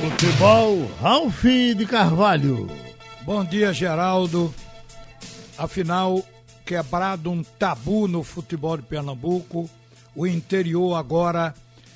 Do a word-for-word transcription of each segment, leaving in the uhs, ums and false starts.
Futebol, Ralf de Carvalho. Bom dia, Geraldo. Afinal, quebrado um tabu no futebol de Pernambuco, o interior agora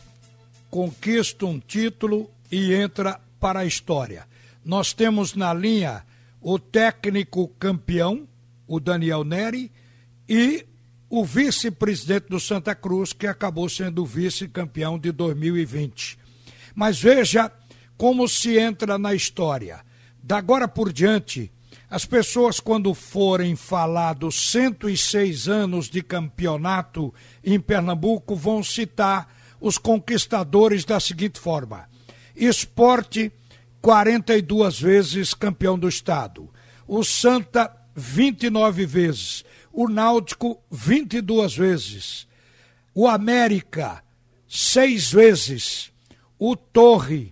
conquista um título e entra para a história. Nós temos na linha o técnico campeão, o Daniel Neri, e o vice-presidente do Santa Cruz, que acabou sendo o vice-campeão de dois mil e vinte. Mas veja como se entra na história. Da agora por diante, as pessoas, quando forem falar dos cento e seis anos de campeonato em Pernambuco, vão citar os conquistadores da seguinte forma: Sport, quarenta e duas vezes campeão do estado. O Santa, vinte e nove vezes. O Náutico, vinte e duas vezes. O América, seis vezes. O Torre,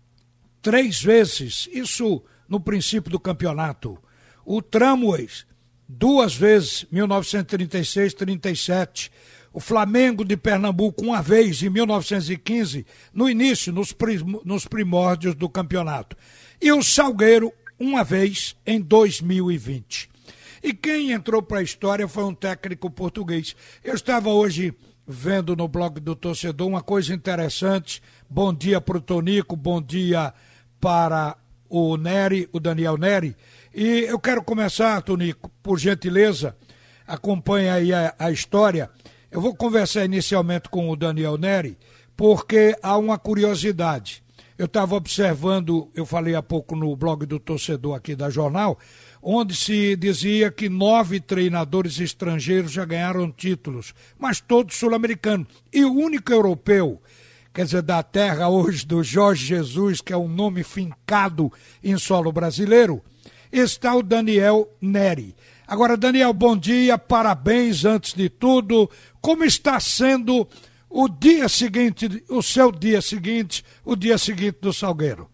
três vezes. Isso no princípio do campeonato. O Tramways, duas vezes, mil novecentos e trinta e seis, trinta e sete. O Flamengo de Pernambuco, uma vez, em mil novecentos e quinze, no início, nos, prim- nos primórdios do campeonato. E o Salgueiro, uma vez, em dois mil e vinte. E quem entrou para a história foi um técnico português. Eu estava hoje vendo no blog do torcedor uma coisa interessante. Bom dia para o Tonico, bom dia para o Neri, o Daniel Neri. E eu quero começar, Tonico, por gentileza, acompanha aí a, a história. Eu vou conversar inicialmente com o Daniel Neri, porque há uma curiosidade. Eu estava observando, eu falei há pouco no blog do torcedor aqui da Jornal, onde se dizia que nove treinadores estrangeiros já ganharam títulos, mas todos sul-americanos. E o único europeu, quer dizer, da terra hoje do Jorge Jesus, que é um nome fincado em solo brasileiro, está o Daniel Neri. Agora, Daniel, bom dia, parabéns antes de tudo. Como está sendo o dia seguinte, o seu dia seguinte, o dia seguinte do Salgueiro?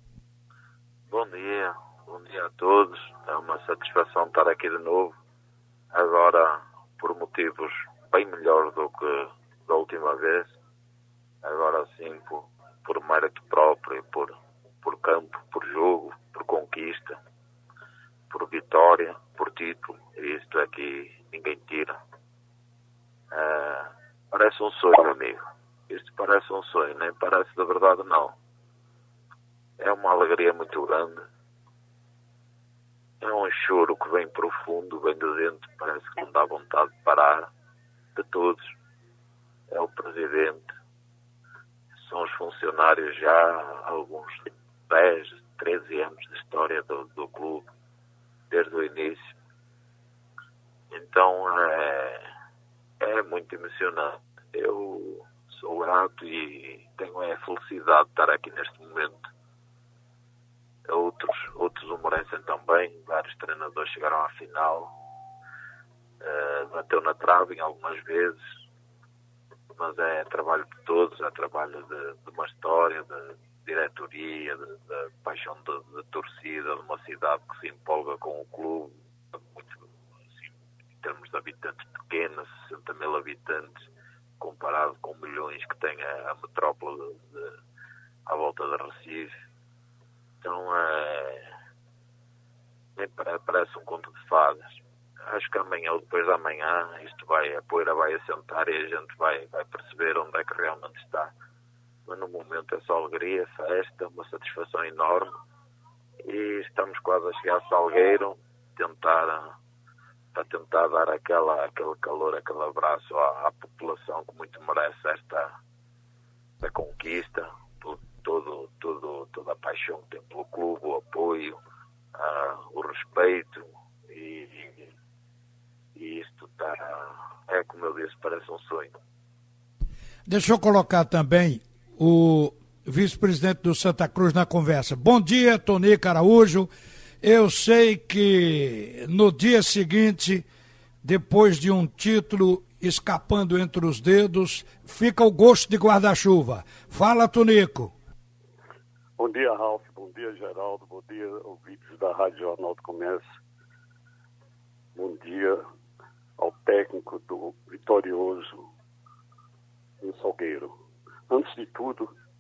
Bom dia, bom dia a todos. É uma satisfação estar aqui de novo, agora por motivos bem melhores do que da última vez. Agora sim, por, por mérito próprio, por, por campo, por jogo, por conquista, por vitória, por título. E isto aqui ninguém tira. É, parece um sonho, amigo. Isto parece um sonho, nem parece de verdade, não. É uma alegria muito grande. É um choro que vem profundo, vem de dentro, parece que não dá vontade de parar, de todos. É o presidente, são os funcionários já há alguns dez, treze anos de história do, do clube, desde o início. Então é, é muito emocionante. Eu sou grato e tenho a felicidade de estar aqui neste momento. Outros, outros o merecem também. Vários treinadores chegaram à final. Uh, bateu na trave em algumas vezes. Mas é trabalho de todos, é trabalho de, de uma história, de diretoria, de, de paixão de, de torcida, de uma cidade que se empolga com o clube. Muito, assim, em termos de habitantes pequenos, sessenta mil habitantes, comparado com milhões que tem a, a metrópole de, de, à volta de Recife. Então é, é, parece um conto de fadas. Acho que amanhã ou depois de amanhã isto vai, a poeira vai assentar e a gente vai, vai perceber onde é que realmente está. Mas no momento é só alegria, festa, uma satisfação enorme. E estamos quase a chegar a Salgueiro, tentar, para tentar dar aquela, aquele calor, aquele abraço à, à população que muito merece esta, esta conquista. Todo, todo, toda a paixão que tem pelo clube, o apoio, uh, o respeito e, e isto está, é como eu disse, parece um sonho. Deixa eu colocar também o vice-presidente do Santa Cruz na conversa. Bom dia, Tonico Araújo. Eu sei que no dia seguinte, depois de um título escapando entre os dedos, fica o gosto de guarda-chuva. Fala, Tonico. Bom dia, Ralf. Bom dia, Geraldo. Bom dia, ouvintes da Rádio Jornal do Comércio. Bom dia ao técnico do vitorioso no Salgueiro. Antes de tudo,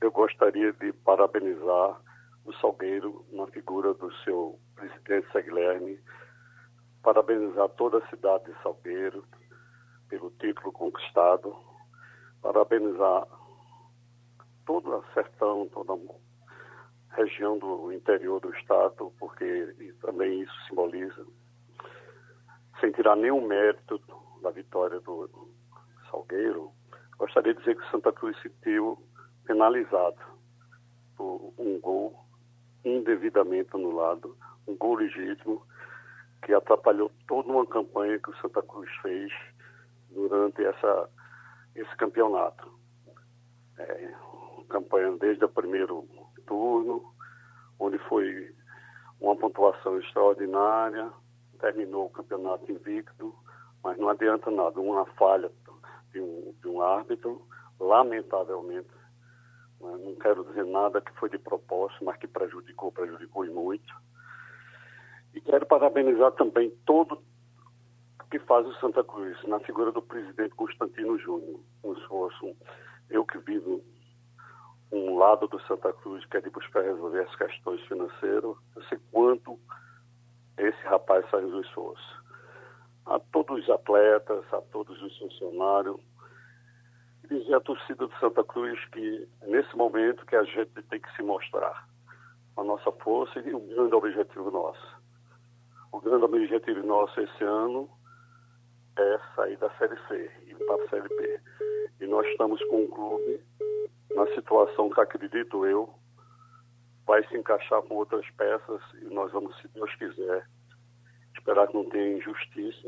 eu gostaria de parabenizar o Salgueiro na figura do seu presidente Zé Guilherme, parabenizar toda a cidade de Salgueiro pelo título conquistado, parabenizar todo o sertão, toda a região do interior do estado, porque também isso simboliza, sem tirar nenhum mérito da vitória do Salgueiro, gostaria de dizer que Santa Cruz se sentiu penalizado por um gol indevidamente anulado, um gol legítimo que atrapalhou toda uma campanha que o Santa Cruz fez durante essa, esse campeonato. É, campanha desde o primeiro turno, onde foi uma pontuação extraordinária, terminou o campeonato invicto, mas não adianta nada, uma falha de um, de um árbitro, lamentavelmente, né? Não quero dizer nada que foi de propósito, mas que prejudicou, prejudicou e muito. E quero parabenizar também todo que faz o Santa Cruz, na figura do presidente Constantino Júnior. Um esforço, eu que vivo um lado do Santa Cruz, que é de buscar resolver as questões financeiras, eu sei quanto esse rapaz faz o esforço. A todos os atletas, a todos os funcionários, e dizer à torcida do Santa Cruz que nesse momento que a gente tem que se mostrar a nossa força e o grande objetivo nosso. O grande objetivo nosso esse ano é sair da Série C e para a Série B. E nós estamos com um clube na situação que, acredito eu, vai se encaixar com outras peças e nós vamos, se Deus quiser, esperar que não tenha injustiça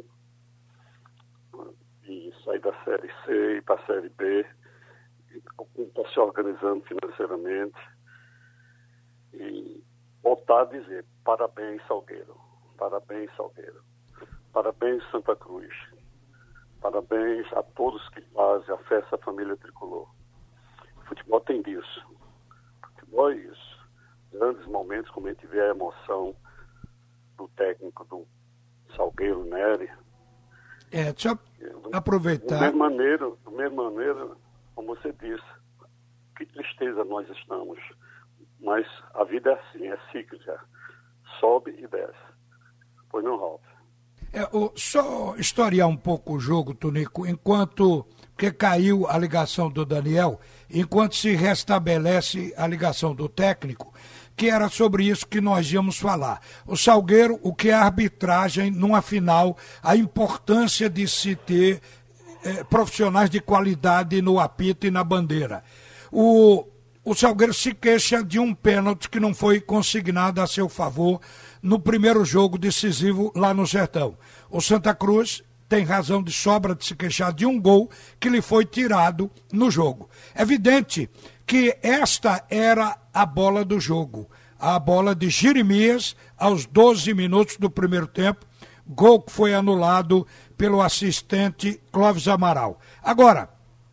e sair da Série C e para a Série B. O clube está se organizando financeiramente e voltar a dizer parabéns, Salgueiro. Parabéns, Salgueiro. Parabéns, Santa Cruz. Parabéns a todos que fazem a festa Família Tricolor. O futebol tem disso. O futebol é isso. Grandes momentos, como a gente vê a emoção do técnico do Salgueiro, Nery. É, deixa eu aproveitar. Da mesma maneira, da mesma maneira, como você disse, que tristeza nós estamos. Mas a vida é assim, é cíclica. Sobe e desce. Pois não, Ralf? É, o, só historiar um pouco o jogo, Tonico, enquanto, porque caiu a ligação do Daniel, enquanto se restabelece a ligação do técnico, que era sobre isso que nós íamos falar. O Salgueiro, o que é a arbitragem numa final, a importância de se ter eh, profissionais de qualidade no apito e na bandeira. O, o Salgueiro se queixa de um pênalti que não foi consignado a seu favor no primeiro jogo decisivo lá no Sertão. O Santa Cruz tem razão de sobra de se queixar de um gol que lhe foi tirado no jogo. É evidente que esta era a bola do jogo, a bola de Jeremias aos doze minutos do primeiro tempo, gol que foi anulado pelo assistente Clóvis Amaral. Agora,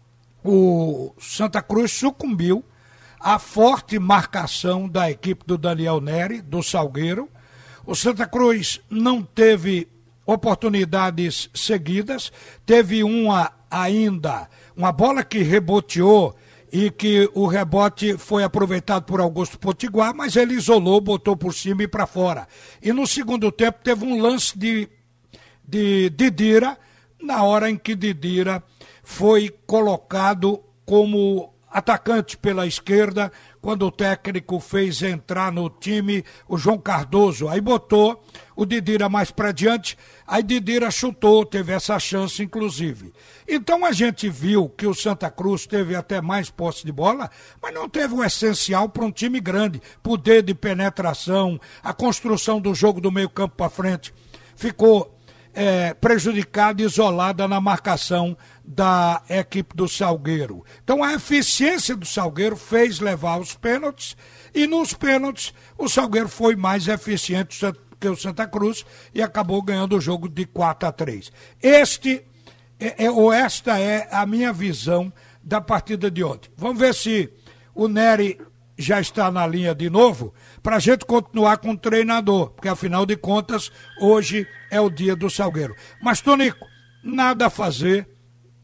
o Santa Cruz sucumbiu à forte marcação da equipe do Daniel Nery, do Salgueiro. O Santa Cruz não teve oportunidades seguidas, teve uma ainda, uma bola que reboteou e que o rebote foi aproveitado por Augusto Potiguar, mas ele isolou, botou por cima e para fora. E no segundo tempo teve um lance de, de Didira, na hora em que Didira foi colocado como atacante pela esquerda, quando o técnico fez entrar no time o João Cardoso, aí botou o Didira mais para diante, aí Didira chutou, teve essa chance inclusive. Então a gente viu que o Santa Cruz teve até mais posse de bola, mas não teve o essencial para um time grande, poder de penetração, a construção do jogo do meio campo para frente, ficou é, prejudicada, isolada na marcação da equipe do Salgueiro. Então a eficiência do Salgueiro fez levar os pênaltis e nos pênaltis o Salgueiro foi mais eficiente que o Santa Cruz e acabou ganhando o jogo de quatro a três. Este é, é, ou esta é a minha visão da partida de ontem. Vamos ver se o Nery já está na linha de novo para a gente continuar com o treinador, porque afinal de contas hoje é o dia do Salgueiro. Mas Tonico, nada a fazer.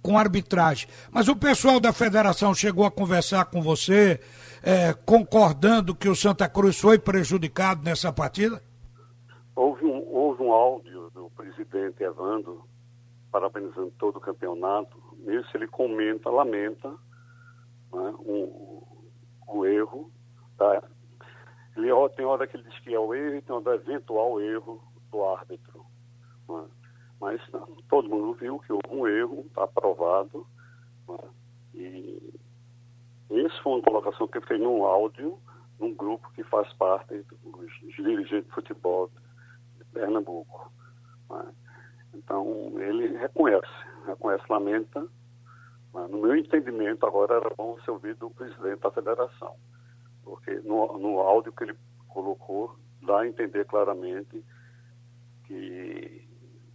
com a arbitragem. Mas o pessoal da federação chegou a conversar com você, é, concordando que o Santa Cruz foi prejudicado nessa partida? Houve um, houve um áudio do presidente Evandro, parabenizando todo o campeonato. Nisso ele comenta, lamenta, né, um, um erro. Tá? Ele, tem hora que ele diz que é o erro e tem hora do eventual erro do árbitro. Né? Mas não, todo mundo viu que houve um erro, está aprovado. Né? E isso foi uma colocação que ele fez num áudio, num grupo que faz parte dos dirigentes de futebol de Pernambuco. Né? Então, ele reconhece, reconhece, lamenta. Mas, no meu entendimento, agora era bom ser ouvido do presidente da federação, porque no, no áudio que ele colocou, dá a entender claramente que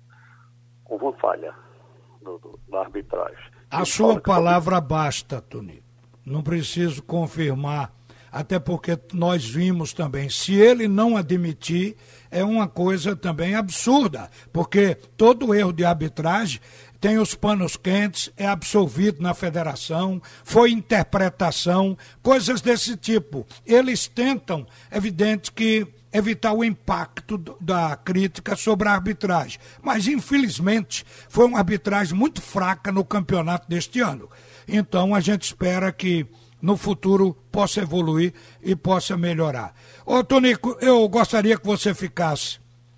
houve uma falha do, do, da arbitragem. A sua palavra basta, Tony. Não preciso confirmar, até porque nós vimos também. Se ele não admitir, é uma coisa também absurda, porque todo erro de arbitragem tem os panos quentes, é absolvido na federação, foi interpretação, coisas desse tipo. Eles tentam, evidente que, evitar o impacto da crítica sobre a arbitragem. Mas, infelizmente, foi uma arbitragem muito fraca no campeonato deste ano. Então, a gente espera que no futuro possa evoluir e possa melhorar. Ô, Tonico, eu gostaria que você ficasse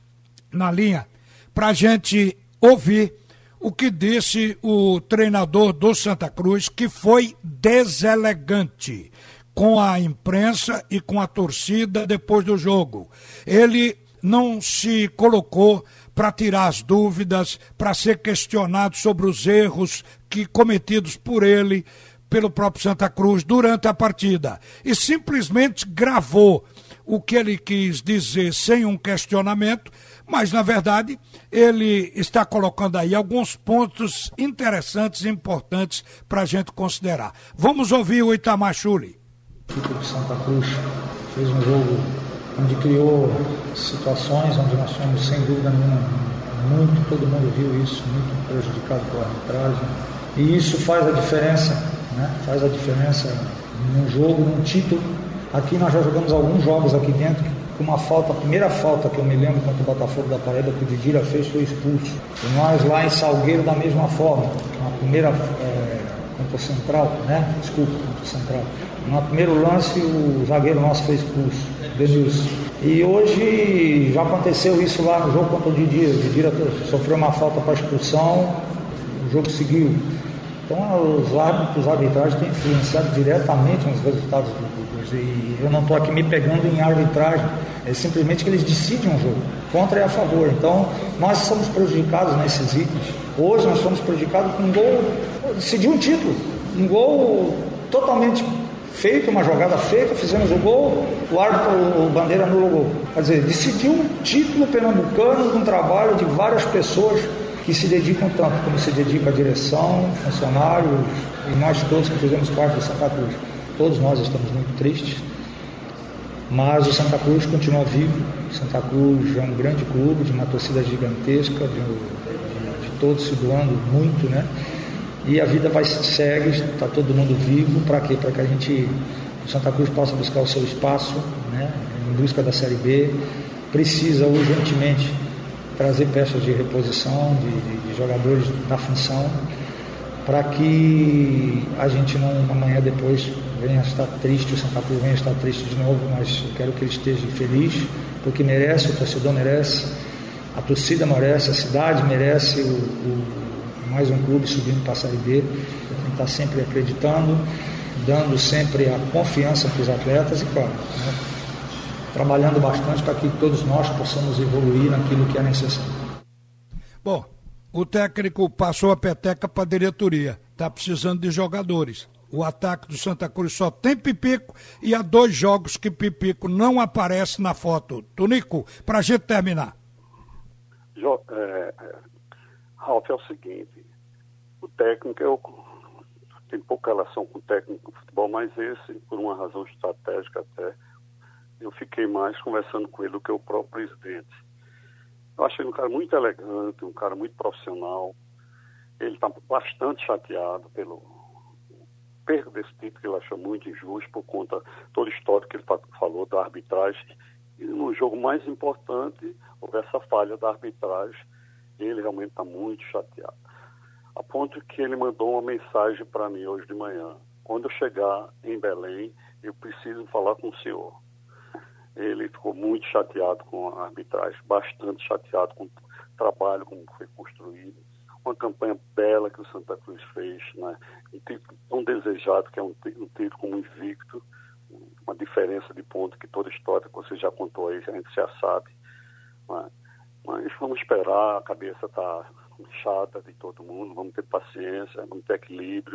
na linha para a gente ouvir o que disse o treinador do Santa Cruz, que foi deselegante com a imprensa e com a torcida depois do jogo. Ele não se colocou para tirar as dúvidas, para ser questionado sobre os erros que cometidos por ele, pelo próprio Santa Cruz, durante a partida. E simplesmente gravou o que ele quis dizer sem um questionamento, mas, na verdade, ele está colocando aí alguns pontos interessantes e importantes para a gente considerar. Vamos ouvir o Itamar Schulli. A equipe do Santa Cruz fez um jogo onde criou situações onde nós fomos, sem dúvida nenhuma, muito, todo mundo viu isso, muito prejudicado pela arbitragem. E isso faz a diferença, né? Faz a diferença num jogo, num título. Aqui nós já jogamos alguns jogos aqui dentro, com uma falta, a primeira falta que eu me lembro contra o Botafogo da Paraíba, que o Didira fez, foi expulso. E nós lá em Salgueiro da mesma forma. Na primeira, é, contra o Central, né? Desculpa, contra o Central. No primeiro lance, o zagueiro nosso foi expulso, Denilson. E hoje já aconteceu isso lá no jogo contra o Didira. O Didira sofreu uma falta para expulsão, o jogo seguiu. Então, os árbitros, a arbitragem tem influenciado diretamente nos resultados do jogo. E eu não estou aqui me pegando em arbitragem, é simplesmente que eles decidem um jogo, contra e a favor. Então, nós somos prejudicados nesses itens. Hoje nós fomos prejudicados com um gol, decidiu um título, um gol totalmente feito, uma jogada feita, fizemos o gol, o árbitro, o Bandeira anulou o gol. Quer dizer, decidiu um título pernambucano com um trabalho de várias pessoas que se dedicam tanto como se dedica a direção, funcionários e nós todos que fizemos parte do Santa Cruz. Todos nós estamos muito tristes, mas o Santa Cruz continua vivo. O Santa Cruz é um grande clube, de uma torcida gigantesca, de, de, de todos se doando muito, né? E a vida vai segue, está todo mundo vivo. Para quê? Para que a gente, o Santa Cruz possa buscar o seu espaço, né? Em busca da Série B. Precisa urgentemente trazer peças de reposição, de, de, de jogadores da função, para que a gente não, amanhã depois venha estar triste, o Santa Cruz venha estar triste de novo, mas eu quero que ele esteja feliz, porque merece, o torcedor merece, a torcida merece, a cidade merece o, o, mais um clube subindo para a Série B, que está sempre acreditando, dando sempre a confiança para os atletas e, claro, né, trabalhando bastante para que todos nós possamos evoluir naquilo que é necessário. Bom, o técnico passou a peteca para a diretoria, está precisando de jogadores. O ataque do Santa Cruz só tem Pipico e há dois jogos que Pipico não aparece na foto. Tonico, para a gente terminar. Jo, é, Ralf, é o seguinte, o técnico, eu tenho pouca relação com o técnico do futebol, mas esse, por uma razão estratégica até, eu fiquei mais conversando com ele do que o próprio presidente. Eu achei ele um cara muito elegante, um cara muito profissional. ele está bastante chateado pelo perda desse título, que ele achou muito injusto por conta de todo o histórico que ele falou da arbitragem. E no jogo mais importante, houve essa falha da arbitragem, e ele realmente está muito chateado. A ponto que ele mandou uma mensagem para mim hoje de manhã. Quando eu chegar em Belém, eu preciso falar com o senhor. Ele ficou muito chateado com a arbitragem, bastante chateado com o trabalho, como foi construído. Uma campanha bela que o Santa Cruz fez, né? Um título tão desejado, que é um título como invicto, uma diferença de ponto que toda a história que você já contou aí, a gente já sabe. Né? Mas vamos esperar, a cabeça está inchada de todo mundo, vamos ter paciência, vamos ter equilíbrio.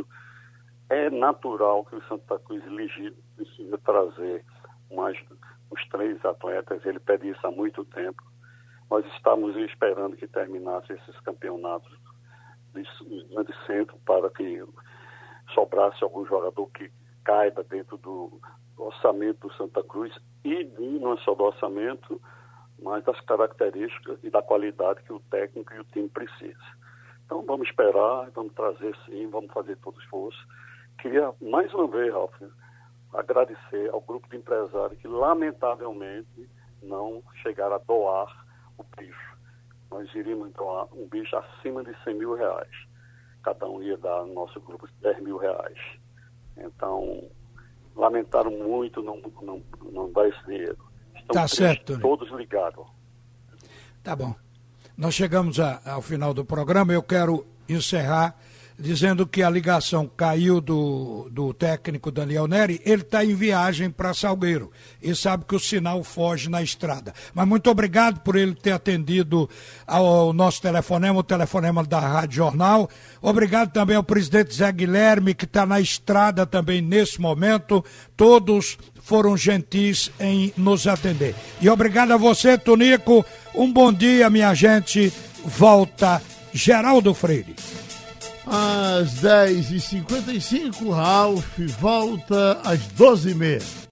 É natural que o Santa Cruz precisa trazer mais uns três atletas, ele pede isso há muito tempo. Nós estávamos esperando que terminasse esses campeonatos de grande centro para que sobrasse algum jogador que caiba dentro do orçamento do Santa Cruz e não só do orçamento, mas das características e da qualidade que o técnico e o time precisam. Então vamos esperar, vamos trazer sim, vamos fazer todo o esforço. Queria mais uma vez, Ralf, agradecer ao grupo de empresários que lamentavelmente não chegaram a doar o bicho. Nós iríamos doar um bicho acima de cem mil reais. Cada um ia dar no nosso grupo dez mil reais. Então, lamentaram muito não, não, não dar esse dinheiro. Estão tá certo, né? Todos ligados. Tá bom. Nós chegamos a, ao final do programa. Eu quero encerrar dizendo que a ligação caiu do, do técnico Daniel Neri. Ele está em viagem para Salgueiro e sabe que o sinal foge na estrada. Mas muito obrigado por ele ter atendido ao nosso telefonema, o telefonema da Rádio Jornal. Obrigado também ao presidente Zé Guilherme, que está na estrada também nesse momento. Todos foram gentis em nos atender. E obrigado a você, Tonico. Um bom dia, minha gente. Volta Geraldo Freire. Às dez e cinquenta e cinco, Ralf volta às doze e meia.